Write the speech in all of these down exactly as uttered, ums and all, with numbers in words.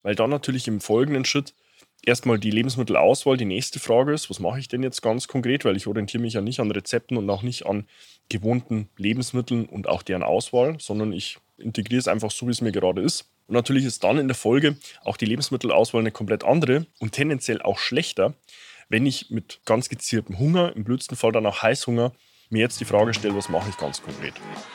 weil dann natürlich im folgenden Schritt erstmal die Lebensmittelauswahl die nächste Frage ist. Was mache ich denn jetzt ganz konkret? Weil ich orientiere mich ja nicht an Rezepten und auch nicht an gewohnten Lebensmitteln und auch deren Auswahl, sondern ich integriere es einfach so, wie es mir gerade ist. Und natürlich ist dann in der Folge auch die Lebensmittelauswahl eine komplett andere und tendenziell auch schlechter, wenn ich mit ganz gezieltem Hunger, im blödsten Fall dann auch Heißhunger, mir jetzt die Frage stelle, was mache ich ganz konkret?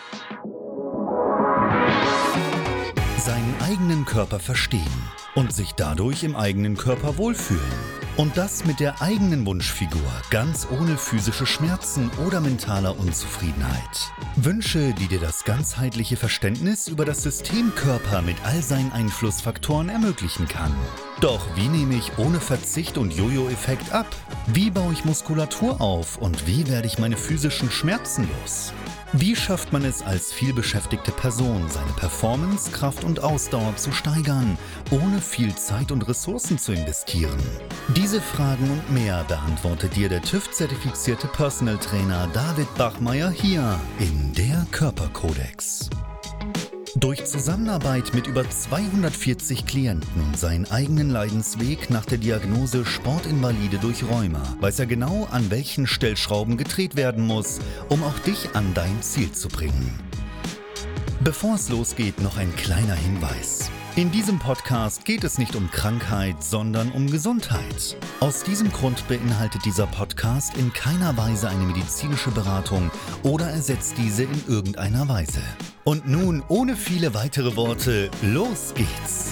Seinen eigenen Körper verstehen und sich dadurch im eigenen Körper wohlfühlen. Und das mit der eigenen Wunschfigur, ganz ohne physische Schmerzen oder mentaler Unzufriedenheit. Wünsche, die dir das ganzheitliche Verständnis über das System Körper mit all seinen Einflussfaktoren ermöglichen kann. Doch wie nehme ich ohne Verzicht und Jojo-Effekt ab? Wie baue ich Muskulatur auf und wie werde ich meine physischen Schmerzen los? Wie schafft man es als vielbeschäftigte Person, seine Performance, Kraft und Ausdauer zu steigern, ohne viel Zeit und Ressourcen zu investieren? Diese Fragen und mehr beantwortet dir der TÜV-zertifizierte Personal Trainer David Bachmeier hier in der Körperkodex. Durch Zusammenarbeit mit über zweihundertvierzig Klienten und seinen eigenen Leidensweg nach der Diagnose Sportinvalide durch Rheuma weiß er genau, an welchen Stellschrauben gedreht werden muss, um auch dich an dein Ziel zu bringen. Bevor es losgeht, noch ein kleiner Hinweis. In diesem Podcast geht es nicht um Krankheit, sondern um Gesundheit. Aus diesem Grund beinhaltet dieser Podcast in keiner Weise eine medizinische Beratung oder ersetzt diese in irgendeiner Weise. Und nun, ohne viele weitere Worte, los geht's!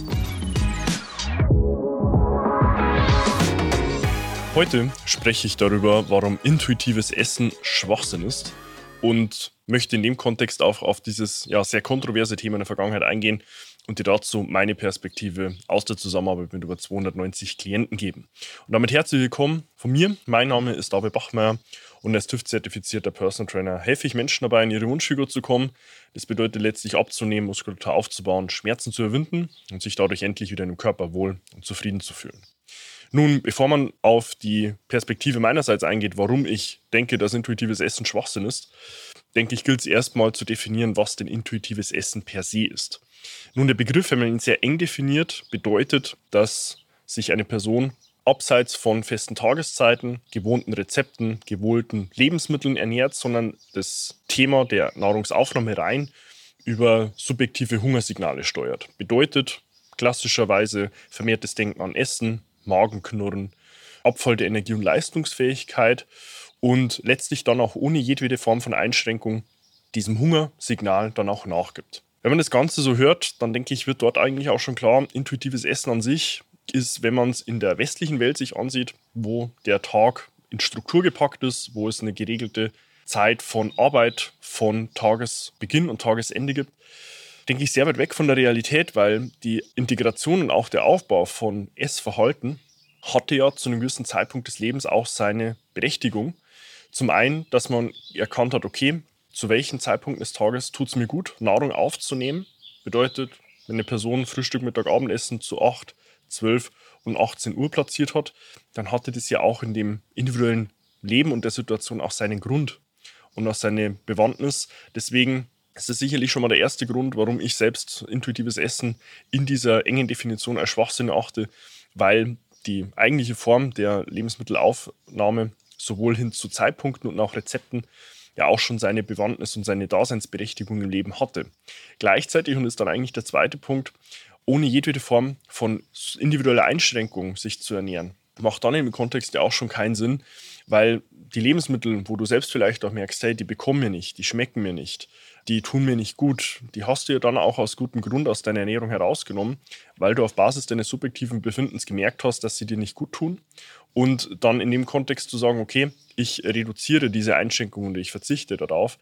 Heute spreche ich darüber, warum intuitives Essen Schwachsinn ist und möchte in dem Kontext auch auf dieses ja, sehr kontroverse Thema in der Vergangenheit eingehen und dir dazu meine Perspektive aus der Zusammenarbeit mit über zweihundertneunzig Klienten geben. Und damit herzlich willkommen von mir. Mein Name ist David Bachmeier und als TÜV-zertifizierter Personal Trainer helfe ich Menschen dabei, in ihre Wunschfigur zu kommen. Das bedeutet letztlich abzunehmen, Muskulatur aufzubauen, Schmerzen zu überwinden und sich dadurch endlich wieder in dem Körper wohl und zufrieden zu fühlen. Nun, bevor man auf die Perspektive meinerseits eingeht, warum ich denke, dass intuitives Essen Schwachsinn ist, denke ich, gilt es erstmal zu definieren, was denn intuitives Essen per se ist. Nun, der Begriff, wenn man ihn sehr eng definiert, bedeutet, dass sich eine Person abseits von festen Tageszeiten, gewohnten Rezepten, gewohnten Lebensmitteln ernährt, sondern das Thema der Nahrungsaufnahme rein über subjektive Hungersignale steuert. Bedeutet klassischerweise vermehrtes Denken an Essen, Magenknurren, Abfall der Energie- und Leistungsfähigkeit und letztlich dann auch ohne jedwede Form von Einschränkung diesem Hungersignal dann auch nachgibt. Wenn man das Ganze so hört, dann denke ich, wird dort eigentlich auch schon klar, intuitives Essen an sich ist, wenn man es in der westlichen Welt sich ansieht, wo der Tag in Struktur gepackt ist, wo es eine geregelte Zeit von Arbeit, von Tagesbeginn und Tagesende gibt, denke ich, sehr weit weg von der Realität, weil die Integration und auch der Aufbau von Essverhalten hatte ja zu einem gewissen Zeitpunkt des Lebens auch seine Berechtigung. Zum einen, dass man erkannt hat, okay, zu welchen Zeitpunkten des Tages tut es mir gut, Nahrung aufzunehmen. Bedeutet, wenn eine Person Frühstück, Mittag, Abendessen zu acht, zwölf und achtzehn Uhr platziert hat, dann hatte das ja auch in dem individuellen Leben und der Situation auch seinen Grund und auch seine Bewandtnis. Deswegen ist das sicherlich schon mal der erste Grund, warum ich selbst intuitives Essen in dieser engen Definition als Schwachsinn achte, weil die eigentliche Form der Lebensmittelaufnahme sowohl hin zu Zeitpunkten und auch Rezepten ja auch schon seine Bewandtnis und seine Daseinsberechtigung im Leben hatte. Gleichzeitig, und ist dann eigentlich der zweite Punkt, ohne jedwede Form von individueller Einschränkung sich zu ernähren, macht dann im Kontext ja auch schon keinen Sinn, weil die Lebensmittel, wo du selbst vielleicht auch merkst, hey, die bekommen mir nicht, die schmecken mir nicht, die tun mir nicht gut, die hast du ja dann auch aus gutem Grund aus deiner Ernährung herausgenommen, weil du auf Basis deines subjektiven Befindens gemerkt hast, dass sie dir nicht gut tun und dann in dem Kontext zu sagen, okay, ich reduziere diese Einschränkungen und ich verzichte darauf,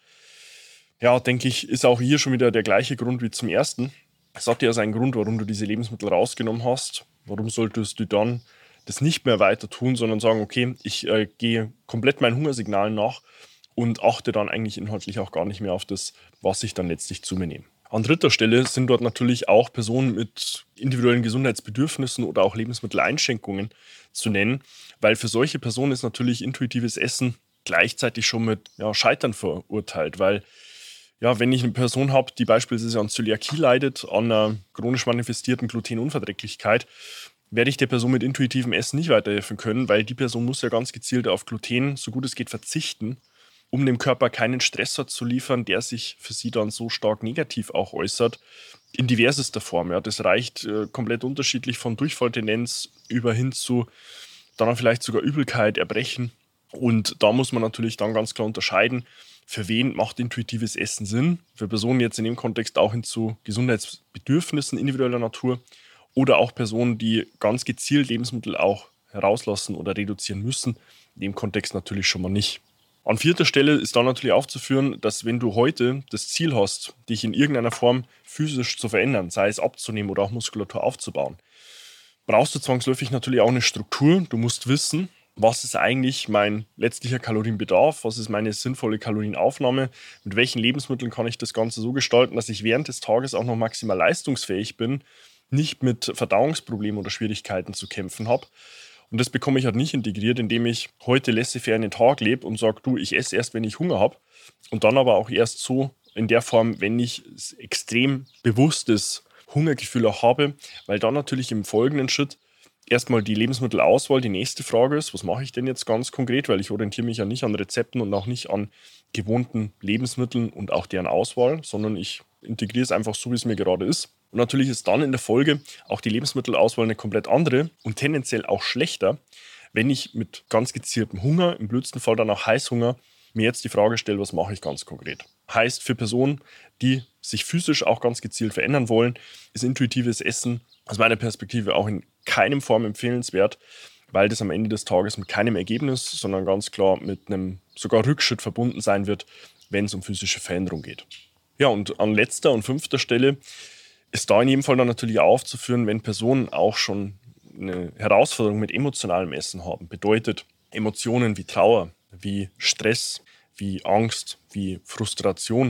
ja, denke ich, ist auch hier schon wieder der gleiche Grund wie zum ersten. Es hat ja seinen Grund, warum du diese Lebensmittel rausgenommen hast. Warum solltest du dann das nicht mehr weiter tun, sondern sagen, okay, ich äh, gehe komplett meinen Hungersignalen nach und achte dann eigentlich inhaltlich auch gar nicht mehr auf das, was ich dann letztlich zu mir nehme. An dritter Stelle sind dort natürlich auch Personen mit individuellen Gesundheitsbedürfnissen oder auch Lebensmitteleinschränkungen zu nennen, weil für solche Personen ist natürlich intuitives Essen gleichzeitig schon mit ja, Scheitern verurteilt, weil Ja, wenn ich eine Person habe, die beispielsweise an Zöliakie leidet, an einer chronisch manifestierten Glutenunverträglichkeit, werde ich der Person mit intuitivem Essen nicht weiterhelfen können, weil die Person muss ja ganz gezielt auf Gluten, so gut es geht, verzichten, um dem Körper keinen Stressor zu liefern, der sich für sie dann so stark negativ auch äußert, in diversester Form. Ja. Das reicht äh, komplett unterschiedlich von Durchfalltendenz über hin zu dann vielleicht sogar Übelkeit, Erbrechen. Und da muss man natürlich dann ganz klar unterscheiden, für wen macht intuitives Essen Sinn? Für Personen jetzt in dem Kontext auch hin zu Gesundheitsbedürfnissen individueller Natur oder auch Personen, die ganz gezielt Lebensmittel auch herauslassen oder reduzieren müssen. In dem Kontext natürlich schon mal nicht. An vierter Stelle ist dann natürlich aufzuführen, dass wenn du heute das Ziel hast, dich in irgendeiner Form physisch zu verändern, sei es abzunehmen oder auch Muskulatur aufzubauen, brauchst du zwangsläufig natürlich auch eine Struktur. Du musst wissen, was ist eigentlich mein letztlicher Kalorienbedarf, was ist meine sinnvolle Kalorienaufnahme, mit welchen Lebensmitteln kann ich das Ganze so gestalten, dass ich während des Tages auch noch maximal leistungsfähig bin, nicht mit Verdauungsproblemen oder Schwierigkeiten zu kämpfen habe. Und das bekomme ich halt nicht integriert, indem ich heute laissez-faire den Tag lebe und sage, du, ich esse erst, wenn ich Hunger habe und dann aber auch erst so in der Form, wenn ich extrem bewusstes Hungergefühl auch habe, weil dann natürlich im folgenden Schritt erstmal die Lebensmittelauswahl die nächste Frage ist, was mache ich denn jetzt ganz konkret, weil ich orientiere mich ja nicht an Rezepten und auch nicht an gewohnten Lebensmitteln und auch deren Auswahl, sondern ich integriere es einfach so, wie es mir gerade ist. Und natürlich ist dann in der Folge auch die Lebensmittelauswahl eine komplett andere und tendenziell auch schlechter, wenn ich mit ganz gezieltem Hunger, im blödsten Fall dann auch Heißhunger, mir jetzt die Frage stelle, was mache ich ganz konkret. Heißt, für Personen, die sich physisch auch ganz gezielt verändern wollen, ist intuitives Essen aus meiner Perspektive auch in keinem Form empfehlenswert, weil das am Ende des Tages mit keinem Ergebnis, sondern ganz klar mit einem sogar Rückschritt verbunden sein wird, wenn es um physische Veränderung geht. Ja, und an letzter und fünfter Stelle ist da in jedem Fall dann natürlich aufzuführen, wenn Personen auch schon eine Herausforderung mit emotionalem Essen haben. Bedeutet Emotionen wie Trauer, wie Stress, wie Angst, wie Frustration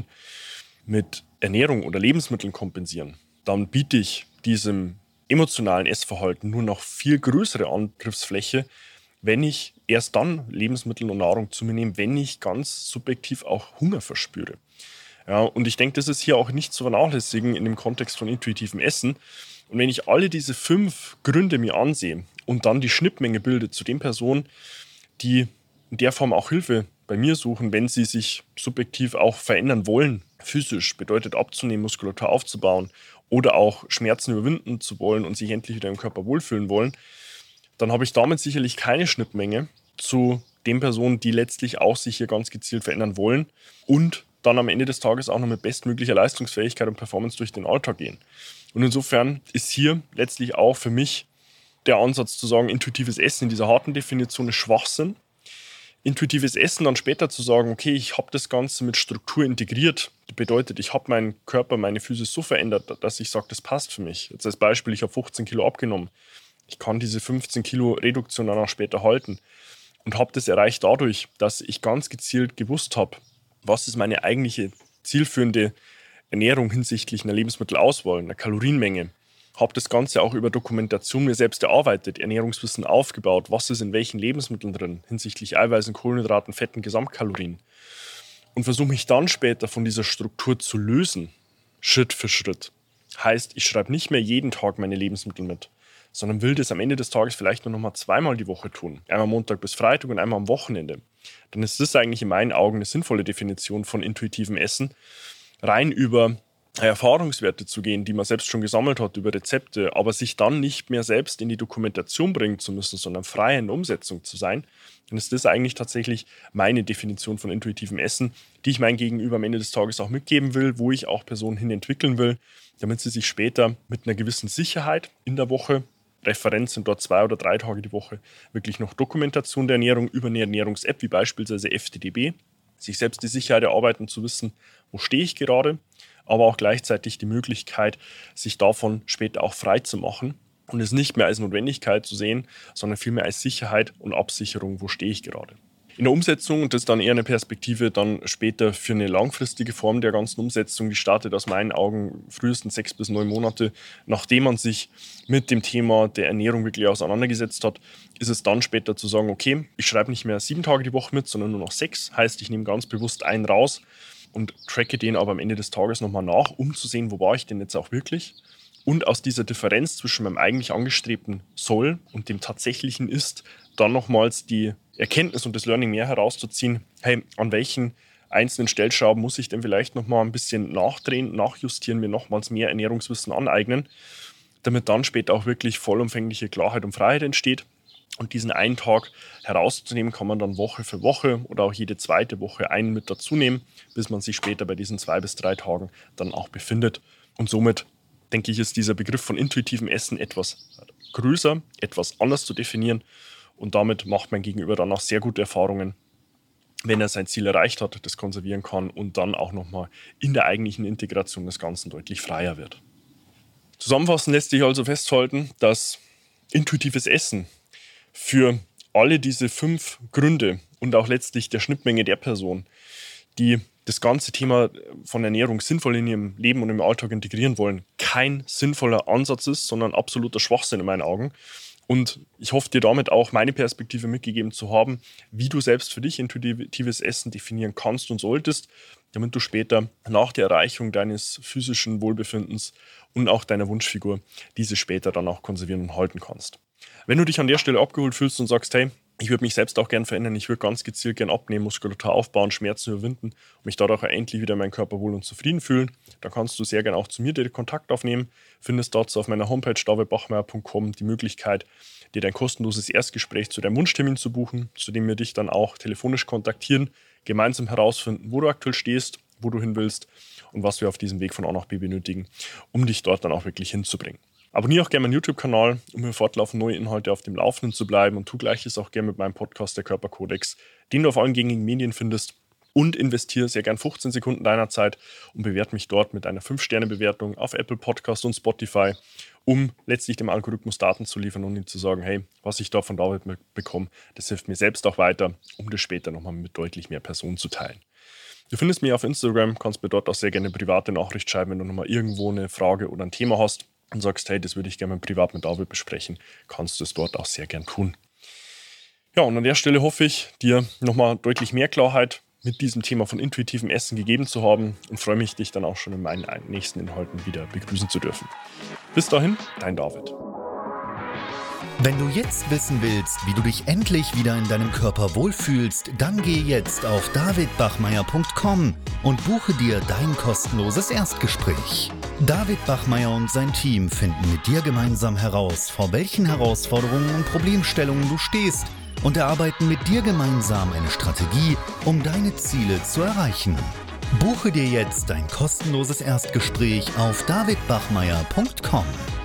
mit Ernährung oder Lebensmitteln kompensieren. Dann biete ich diesem emotionalen Essverhalten nur noch viel größere Angriffsfläche, wenn ich erst dann Lebensmittel und Nahrung zu mir nehme, wenn ich ganz subjektiv auch Hunger verspüre. Ja, und ich denke, das ist hier auch nicht zu vernachlässigen in dem Kontext von intuitivem Essen. Und wenn ich alle diese fünf Gründe mir ansehe und dann die Schnittmenge bilde zu den Personen, die in der Form auch Hilfe bei mir suchen, wenn sie sich subjektiv auch verändern wollen, physisch, bedeutet abzunehmen, Muskulatur aufzubauen oder auch Schmerzen überwinden zu wollen und sich endlich wieder im Körper wohlfühlen wollen, dann habe ich damit sicherlich keine Schnittmenge zu den Personen, die letztlich auch sich hier ganz gezielt verändern wollen und dann am Ende des Tages auch noch mit bestmöglicher Leistungsfähigkeit und Performance durch den Alltag gehen. Und insofern ist hier letztlich auch für mich der Ansatz zu sagen, intuitives Essen in dieser harten Definition ist Schwachsinn. Intuitives Essen dann später zu sagen, okay, ich habe das Ganze mit Struktur integriert, bedeutet, ich habe meinen Körper, meine Physis so verändert, dass ich sage, das passt für mich. Jetzt als Beispiel, ich habe fünfzehn Kilo abgenommen. Ich kann diese fünfzehn Kilo Reduktion dann auch später halten und habe das erreicht dadurch, dass ich ganz gezielt gewusst habe, was ist meine eigentliche zielführende Ernährung hinsichtlich einer Lebensmittelauswahl, einer Kalorienmenge. Habe das Ganze auch über Dokumentation mir selbst erarbeitet, Ernährungswissen aufgebaut, was ist in welchen Lebensmitteln drin, hinsichtlich Eiweißen, Kohlenhydraten, Fetten, Gesamtkalorien. Und versuche mich dann später von dieser Struktur zu lösen, Schritt für Schritt. Heißt, ich schreibe nicht mehr jeden Tag meine Lebensmittel mit, sondern will das am Ende des Tages vielleicht nur noch mal zweimal die Woche tun. Einmal Montag bis Freitag und einmal am Wochenende. Dann ist das eigentlich in meinen Augen eine sinnvolle Definition von intuitivem Essen. Rein über Erfahrungswerte zu gehen, die man selbst schon gesammelt hat, über Rezepte, aber sich dann nicht mehr selbst in die Dokumentation bringen zu müssen, sondern frei in der Umsetzung zu sein, dann ist das eigentlich tatsächlich meine Definition von intuitivem Essen, die ich meinem Gegenüber am Ende des Tages auch mitgeben will, wo ich auch Personen hin entwickeln will, damit sie sich später mit einer gewissen Sicherheit in der Woche, Referenz sind dort zwei oder drei Tage die Woche, wirklich noch Dokumentation der Ernährung über eine Ernährungs-App wie beispielsweise F T D B, sich selbst die Sicherheit erarbeiten zu wissen, wo stehe ich gerade, aber auch gleichzeitig die Möglichkeit, sich davon später auch frei zu machen und es nicht mehr als Notwendigkeit zu sehen, sondern vielmehr als Sicherheit und Absicherung, wo stehe ich gerade. In der Umsetzung, und das ist dann eher eine Perspektive dann später für eine langfristige Form der ganzen Umsetzung, die startet aus meinen Augen frühestens sechs bis neun Monate, nachdem man sich mit dem Thema der Ernährung wirklich auseinandergesetzt hat, ist es dann später zu sagen, okay, ich schreibe nicht mehr sieben Tage die Woche mit, sondern nur noch sechs, heißt, ich nehme ganz bewusst einen raus und tracke den aber am Ende des Tages nochmal nach, um zu sehen, wo war ich denn jetzt auch wirklich. Und aus dieser Differenz zwischen meinem eigentlich angestrebten Soll und dem tatsächlichen Ist dann nochmals die Erkenntnis und das Learning mehr herauszuziehen, hey, an welchen einzelnen Stellschrauben muss ich denn vielleicht nochmal ein bisschen nachdrehen, nachjustieren, mir nochmals mehr Ernährungswissen aneignen, damit dann später auch wirklich vollumfängliche Klarheit und Freiheit entsteht. Und diesen einen Tag herauszunehmen, kann man dann Woche für Woche oder auch jede zweite Woche einen mit dazu nehmen, bis man sich später bei diesen zwei bis drei Tagen dann auch befindet. Und somit, denke ich, ist dieser Begriff von intuitivem Essen etwas größer, etwas anders zu definieren. Und damit macht mein Gegenüber dann auch sehr gute Erfahrungen, wenn er sein Ziel erreicht hat, das konservieren kann und dann auch nochmal in der eigentlichen Integration des Ganzen deutlich freier wird. Zusammenfassend lässt sich also festhalten, dass intuitives Essen für alle diese fünf Gründe und auch letztlich der Schnittmenge der Person, die das ganze Thema von Ernährung sinnvoll in ihrem Leben und im Alltag integrieren wollen, kein sinnvoller Ansatz ist, sondern absoluter Schwachsinn in meinen Augen. Und ich hoffe, dir damit auch meine Perspektive mitgegeben zu haben, wie du selbst für dich intuitives Essen definieren kannst und solltest, damit du später nach der Erreichung deines physischen Wohlbefindens und auch deiner Wunschfigur diese später dann auch konservieren und halten kannst. Wenn du dich an der Stelle abgeholt fühlst und sagst, hey, ich würde mich selbst auch gern verändern, ich würde ganz gezielt gern abnehmen, Muskulatur aufbauen, Schmerzen überwinden und mich dadurch auch endlich wieder in meinem Körper wohl und zufrieden fühlen, dann kannst du sehr gerne auch zu mir direkt Kontakt aufnehmen. Findest dazu auf meiner Homepage david bachmeier punkt com die Möglichkeit, dir dein kostenloses Erstgespräch zu deinem Wunschtermin zu buchen, zu dem wir dich dann auch telefonisch kontaktieren, gemeinsam herausfinden, wo du aktuell stehst, wo du hin willst und was wir auf diesem Weg von A nach B benötigen, um dich dort dann auch wirklich hinzubringen. Abonniere auch gerne meinen YouTube-Kanal, um mir fortlaufend neue Inhalte auf dem Laufenden zu bleiben, und tu Gleiches auch gerne mit meinem Podcast Der Körperkodex, den du auf allen gängigen Medien findest, und investiere sehr gern fünfzehn Sekunden deiner Zeit und bewerte mich dort mit einer fünf Sterne Bewertung auf Apple Podcast und Spotify, um letztlich dem Algorithmus Daten zu liefern und ihm zu sagen, hey, was ich da von David bekomme, das hilft mir selbst auch weiter, um das später nochmal mit deutlich mehr Personen zu teilen. Du findest mich auf Instagram, kannst mir dort auch sehr gerne eine private Nachricht schreiben, wenn du nochmal irgendwo eine Frage oder ein Thema hast und sagst, hey, das würde ich gerne privat mit David besprechen, kannst du es dort auch sehr gern tun. Ja, und an der Stelle hoffe ich, dir nochmal deutlich mehr Klarheit mit diesem Thema von intuitivem Essen gegeben zu haben und freue mich, dich dann auch schon in meinen nächsten Inhalten wieder begrüßen zu dürfen. Bis dahin, dein David. Wenn du jetzt wissen willst, wie du dich endlich wieder in deinem Körper wohlfühlst, dann geh jetzt auf david bachmeier punkt com und buche dir dein kostenloses Erstgespräch. David Bachmeier und sein Team finden mit dir gemeinsam heraus, vor welchen Herausforderungen und Problemstellungen du stehst, und erarbeiten mit dir gemeinsam eine Strategie, um deine Ziele zu erreichen. Buche dir jetzt dein kostenloses Erstgespräch auf david bachmeier punkt com.